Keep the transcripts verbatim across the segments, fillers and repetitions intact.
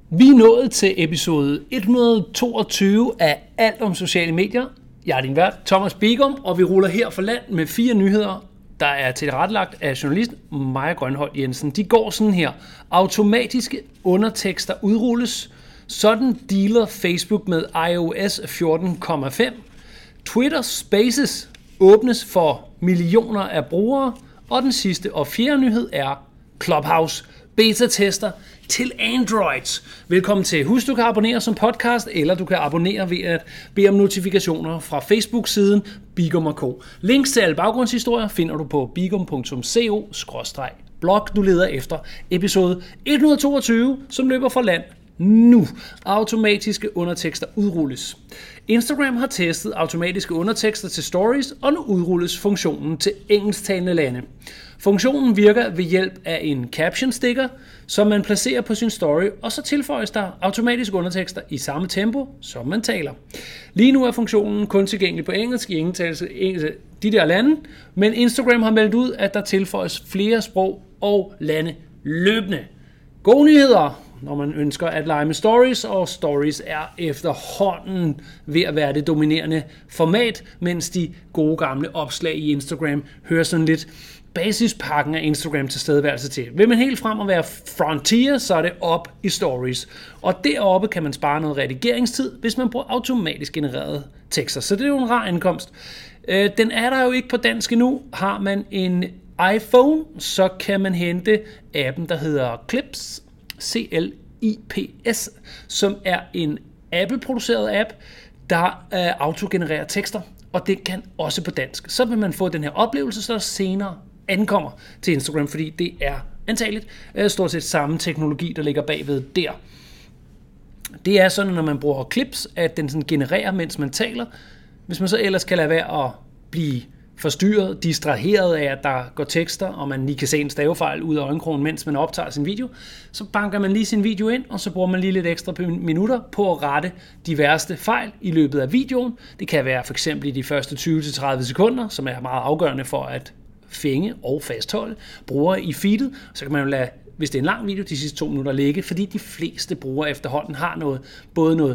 Vi er nået til episode et hundrede og toogtyve af Alt om sociale medier. Jeg er din vært, Thomas Bigum, og vi ruller her for land med fire nyheder, der er tilrettelagt af journalisten Maja Grønholdt Jensen. De går sådan her. Automatiske undertekster udrulles. Sådan dealer Facebook med i O S fjorten komma fem. Twitter Spaces åbnes for millioner af brugere. Og den sidste og fjerde nyhed er Clubhouse beta-tester til Androids. Velkommen til. Husk, du kan abonnere som podcast, eller du kan abonnere ved at bede om notifikationer fra Facebook-siden Bigum og Co. Links til alle baggrundshistorier finder du på bigum punktum co skråstreg blog. Du leder efter episode et hundrede og toogtyve, som løber fra land nu. Automatiske undertekster udrulles. Instagram har testet automatiske undertekster til stories, og nu udrulles funktionen til engelsktalende lande. Funktionen virker ved hjælp af en caption sticker, som man placerer på sin story, og så tilføjes der automatiske undertekster i samme tempo, som man taler. Lige nu er funktionen kun tilgængelig på engelsk i engelsk, de der lande, men Instagram har meldt ud, at der tilføjes flere sprog og lande løbende. Gode nyheder, når man ønsker at lege med stories, og stories er efterhånden ved at være det dominerende format, mens de gode gamle opslag i Instagram hører sådan lidt basispakken af Instagram tilstedeværelse til. Vil man helt frem og være frontier, så er det op i stories. Og deroppe kan man spare noget redigeringstid, hvis man bruger automatisk genererede tekster. Så det er jo en rar ankomst. Den er der jo ikke på dansk endnu. Har man en iPhone, så kan man hente appen, der hedder Clips, C L I P S, som er en Apple-produceret app, der øh, autogenererer tekster, og det kan også på dansk. Så vil man få den her oplevelse, så der senere ankommer til Instagram, fordi det er antageligt øh, stort set samme teknologi, der ligger bagved der. Det er sådan, når man bruger Clips, at den sådan genererer, mens man taler. Hvis man så ellers kan lade være at blive forstyrret, distraheret af, at der går tekster, og man lige kan se en stavefejl ud af øjenkrogen, mens man optager sin video, så banker man lige sin video ind, og så bruger man lige lidt ekstra minutter på at rette de værste fejl i løbet af videoen. Det kan være for eksempel i de første tyve til tredive sekunder, som er meget afgørende for at fænge og fastholde brugere i feedet. Så kan man jo lade, hvis det er en lang video, de sidste to minutter ligge, fordi de fleste brugere efterhånden har noget, både noget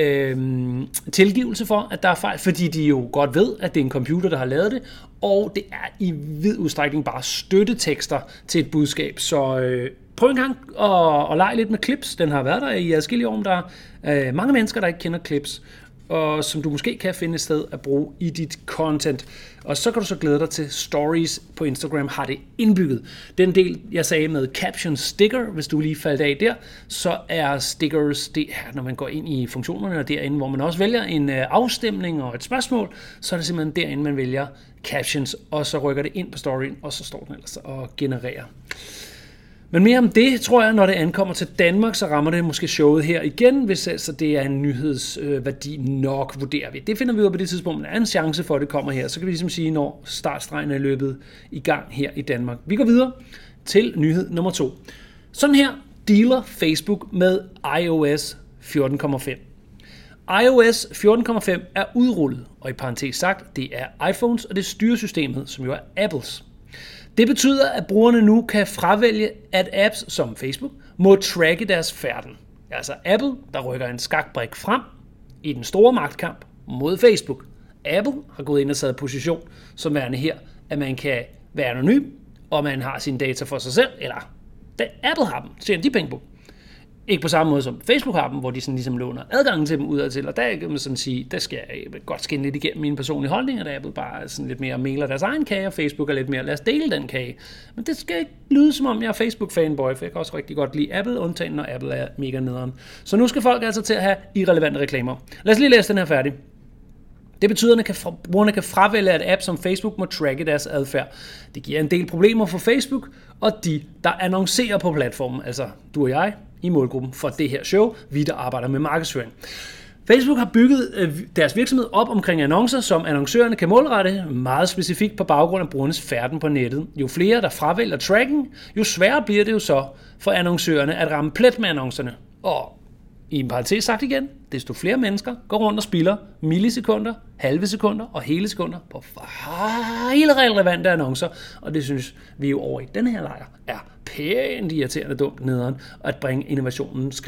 Øhm, tilgivelse for, at der er fejl, fordi de jo godt ved, at det er en computer, der har lavet det, og det er i vid udstrækning bare støttetekster til et budskab. Så øh, prøv en gang at, at lege lidt med Clips. Den har været der i adskillige år, men der er øh, mange mennesker, der ikke kender Clips, og som du måske kan finde et sted at bruge i dit content. Og så kan du så glæde dig til stories på Instagram, har det indbygget. Den del, jeg sagde med caption sticker, hvis du lige faldt af der, så er stickers, det er, når man går ind i funktionerne, og derinde, hvor man også vælger en afstemning og et spørgsmål, så er det simpelthen derinde, man vælger captions, og så rykker det ind på storyen, og så står den ellers og genererer. Men mere om det, tror jeg, når det ankommer til Danmark, så rammer det måske showet her igen, hvis altså det er en nyhedsværdi nok, vurderer vi. Det finder vi ud af på det tidspunkt, men der er en chance for, at det kommer her. Så kan vi ligesom sige, når startstregen er løbet i gang her i Danmark. Vi går videre til nyhed nummer to. Sådan her dealer Facebook med i O S fjorten komma fem. i O S fjorten komma fem er udrullet, og i parentes sagt, det er iPhones og det styresystemet, som jo er Apples. Det betyder, at brugerne nu kan fravælge, at apps som Facebook må tracke deres færden. Altså Apple, der rykker en skakbrik frem i den store magtkamp mod Facebook. Apple har gået ind og taget position som værende her, at man kan være anonym, og man har sine data for sig selv, eller Apple har dem, tjener de penge på. Ikke på samme måde som Facebook har dem, hvor de sådan ligesom låner adgangen til dem udad til, og der kan man sådan sige, der skal jeg godt skinne lidt igennem mine personlige holdninger, der Apple bare er sådan lidt mere meler deres egen kage, og Facebook er lidt mere, lad os dele den kage. Men det skal ikke lyde som om jeg er Facebook-fanboy, for jeg kan også rigtig godt lide Apple, undtagen når Apple er mega nederen. Så nu skal folk altså til at have irrelevante reklamer. Lad os lige læse den her færdig. Det betyder, at brugerne kan fravælge, at apps som Facebook må tracke deres adfærd. Det giver en del problemer for Facebook og de, der annoncerer på platformen, altså du og jeg, i målgruppen for det her show, vi der arbejder med markedsføring. Facebook har bygget deres virksomhed op omkring annoncer, som annoncørerne kan målrette meget specifikt på baggrund af brugernes færden på nettet. Jo flere, der fravælger tracking, jo sværere bliver det jo så for annoncørerne at ramme plet med annoncerne. Og i en parentes sagt igen, desto flere mennesker går rundt og spilder millisekunder, halve sekunder og hele sekunder på helt relevante annoncer, og det synes vi jo over i den her lejr er pænt irriterende dumt nederen at bringe innovationen skridt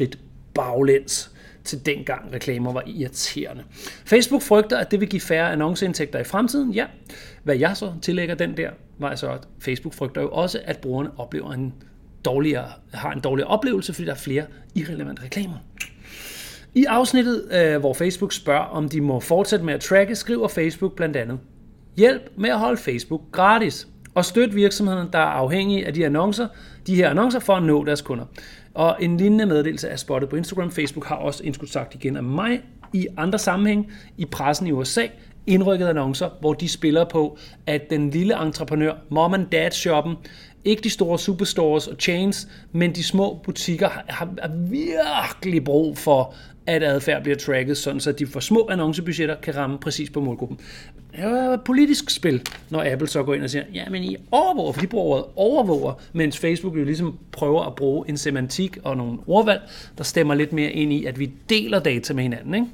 baglæns til dengang reklamer var irriterende. Facebook frygter, at det vil give færre annonceindtægter i fremtiden. Ja, hvad jeg så tillægger den der, var så, at Facebook frygter jo også, at brugerne oplever en dårligere, har en dårligere oplevelse, fordi der er flere irrelevante reklamer. I afsnittet, øh, hvor Facebook spørger, om de må fortsætte med at tracke, skriver Facebook blandt andet: hjælp med at holde Facebook gratis, og støt virksomhederne, der er afhængige af de annoncer, de her annoncer for at nå deres kunder. Og en lignende meddelelse er spottet på Instagram. Facebook har også indskudt sagt igen af mig i andre sammenhæng i pressen i U S A, indrykket annoncer, hvor de spiller på, at den lille entreprenør, mom and dad shoppen, ikke de store superstores og chains, men de små butikker har, har virkelig brug for, at adfærd bliver tracket, sådan så de for små annoncebudgetter kan ramme præcis på målgruppen. Det er et politisk spil, når Apple så går ind og siger, ja, men I overvåger, for de bruger ordet overvåger, mens Facebook jo ligesom prøver at bruge en semantik og nogle ordvalg, der stemmer lidt mere ind i, at vi deler data med hinanden, ikke?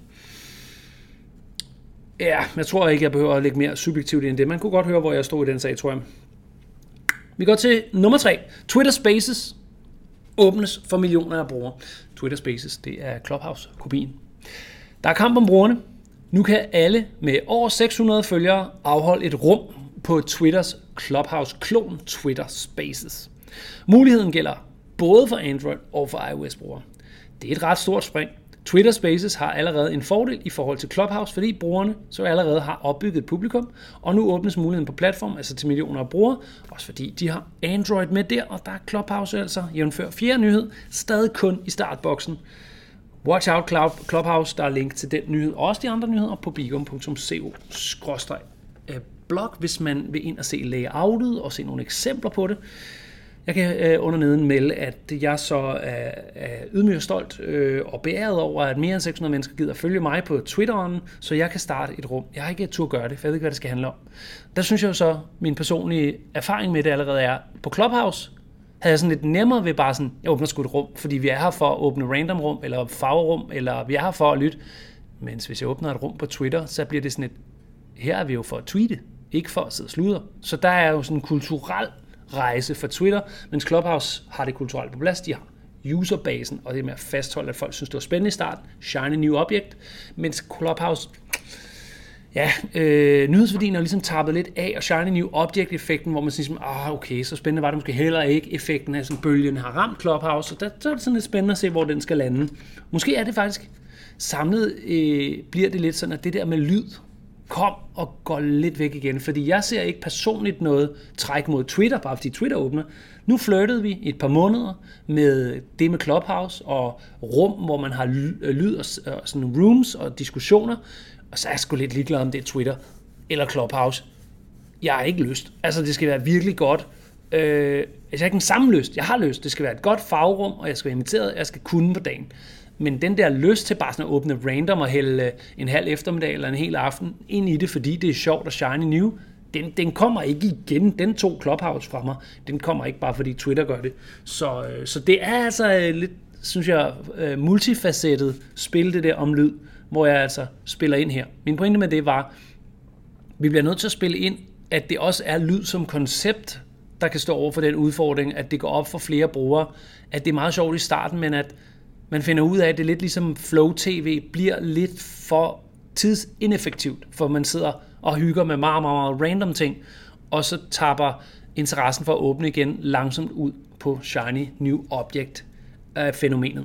Ja, jeg tror ikke, jeg behøver at lægge mere subjektivt end det. Man kunne godt høre, hvor jeg stod i den sag, tror jeg. Vi går til nummer tre. Twitter Spaces åbnes for millioner af brugere. Twitter Spaces, det er Clubhouse-kopien. Der er kamp om brugerne. Nu kan alle med over seks hundrede følgere afholde et rum på Twitters Clubhouse-klon Twitter Spaces. Muligheden gælder både for Android og for iOS-brugere. Det er et ret stort spring. Twitter Spaces har allerede en fordel i forhold til Clubhouse, fordi brugerne så allerede har opbygget et publikum, og nu åbnes muligheden på platform, altså til millioner af brugere, også fordi de har Android med der, og der er Clubhouse altså, jævnfør fjerde nyhed, stadig kun i startboksen. Watch out Clubhouse, der er link til den nyhed, og også de andre nyheder på bigum punktum co skråstreg blog, hvis man vil ind og se layoutet og se nogle eksempler på det. Jeg kan øh, under neden melde, at jeg så er, er ydmyg og stolt øh, og beæret over, at mere end seks hundrede mennesker gider følge mig på Twitteren, så jeg kan starte et rum. Jeg har ikke tur at gøre det, for jeg ved ikke, hvad det skal handle om. Der synes jeg jo så, min personlige erfaring med det allerede er, på Clubhouse havde jeg sådan lidt nemmere ved bare sådan, jeg åbner sgu et rum, fordi vi er her for at åbne random rum, eller farverum, eller vi er her for at lytte. Mens hvis jeg åbner et rum på Twitter, så bliver det sådan et, her er vi jo for at tweete, ikke for at sidde og sludre. Så der er jo sådan en kulturel rejse for Twitter, mens Clubhouse har det kulturelle på plads. De har userbasen, og det er med at fastholde, at folk synes, det var spændende i starten. Shiny new object. Mens Clubhouse, ja, øh, nyhedsværdien er jo ligesom tappet lidt af, og shiny new object-effekten, hvor man siger, ah, okay, så spændende var det måske heller ikke. Effekten af, som bølgen har ramt Clubhouse, og der, så er det sådan lidt spændende at se, hvor den skal lande. Måske er det faktisk samlet, øh, bliver det lidt sådan, at det der med lyd, kom og går lidt væk igen, fordi jeg ser ikke personligt noget træk mod Twitter, bare fordi Twitter åbner. Nu flirtede vi i et par måneder med det med Clubhouse og rum, hvor man har lyd og sådan rooms og diskussioner, og så er jeg sgu lidt ligeglad om det er Twitter eller Clubhouse. Jeg har ikke lyst. Altså, det skal være virkelig godt. Øh, jeg har ikke den samme lyst. Jeg har lyst. Det skal være et godt fagrum, og jeg skal være inviteret, jeg skal kunne på dagen. Men den der lyst til bare sådan at åbne random og hælde en halv eftermiddag eller en hel aften ind i det, fordi det er sjovt og shiny new, den, den kommer ikke igen. Den tog Clubhouse fra mig. Den kommer ikke bare fordi Twitter gør det. Så, så det er altså lidt, synes jeg, multifacettet spil, det der om lyd, hvor jeg altså spiller ind her. Min pointe med det var, vi bliver nødt til at spille ind, at det også er lyd som koncept, der kan stå over for den udfordring, at det går op for flere brugere, at det er meget sjovt i starten, men at man finder ud af, at det er lidt ligesom Flow T V bliver lidt for tidsineffektivt, for man sidder og hygger med meget, meget, meget random ting, og så tapper interessen for at åbne igen langsomt ud på shiny new object fænomenet.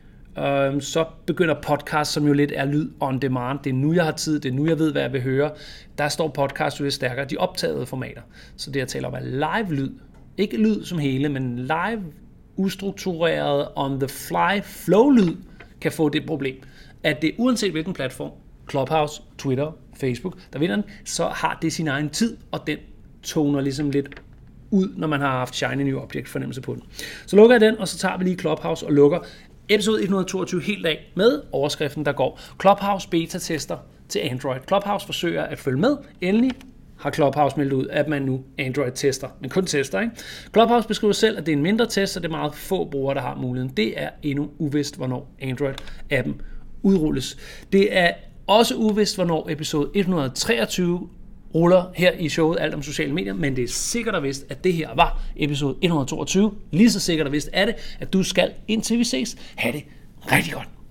Så begynder podcast, som jo lidt er lyd on demand. Det er nu, jeg har tid, det er nu, jeg ved, hvad jeg vil høre. Der står podcast jo lidt stærkere, de optagede formater. Så det, jeg taler om, er live-lyd. Ikke lyd som hele, men live ustruktureret on the fly flow-lyd kan få det problem, at det uanset hvilken platform, Clubhouse, Twitter, Facebook, der vinder den, så har det sin egen tid, og den toner ligesom lidt ud, når man har haft shiny new object fornemmelse på den. Så lukker jeg den, og så tager vi lige Clubhouse og lukker episode et hundrede og toogtyve helt af med overskriften, der går Clubhouse beta-tester til Android. Clubhouse forsøger at følge med. Endelig har Clubhouse meldt ud, at man nu Android-tester, men kun tester, ikke? Clubhouse beskriver selv, at det er en mindre test, så det er meget få brugere, der har muligheden. Det er endnu uvist, hvornår Android-appen udrulles. Det er også uvist, hvornår episode et hundrede og treogtyve ruller her i showet Alt om sociale medier, men det er sikkert og vist, at det her var episode et hundrede og toogtyve. Lige så sikkert og vist er det, at du skal, indtil vi ses, have det Rigtig godt.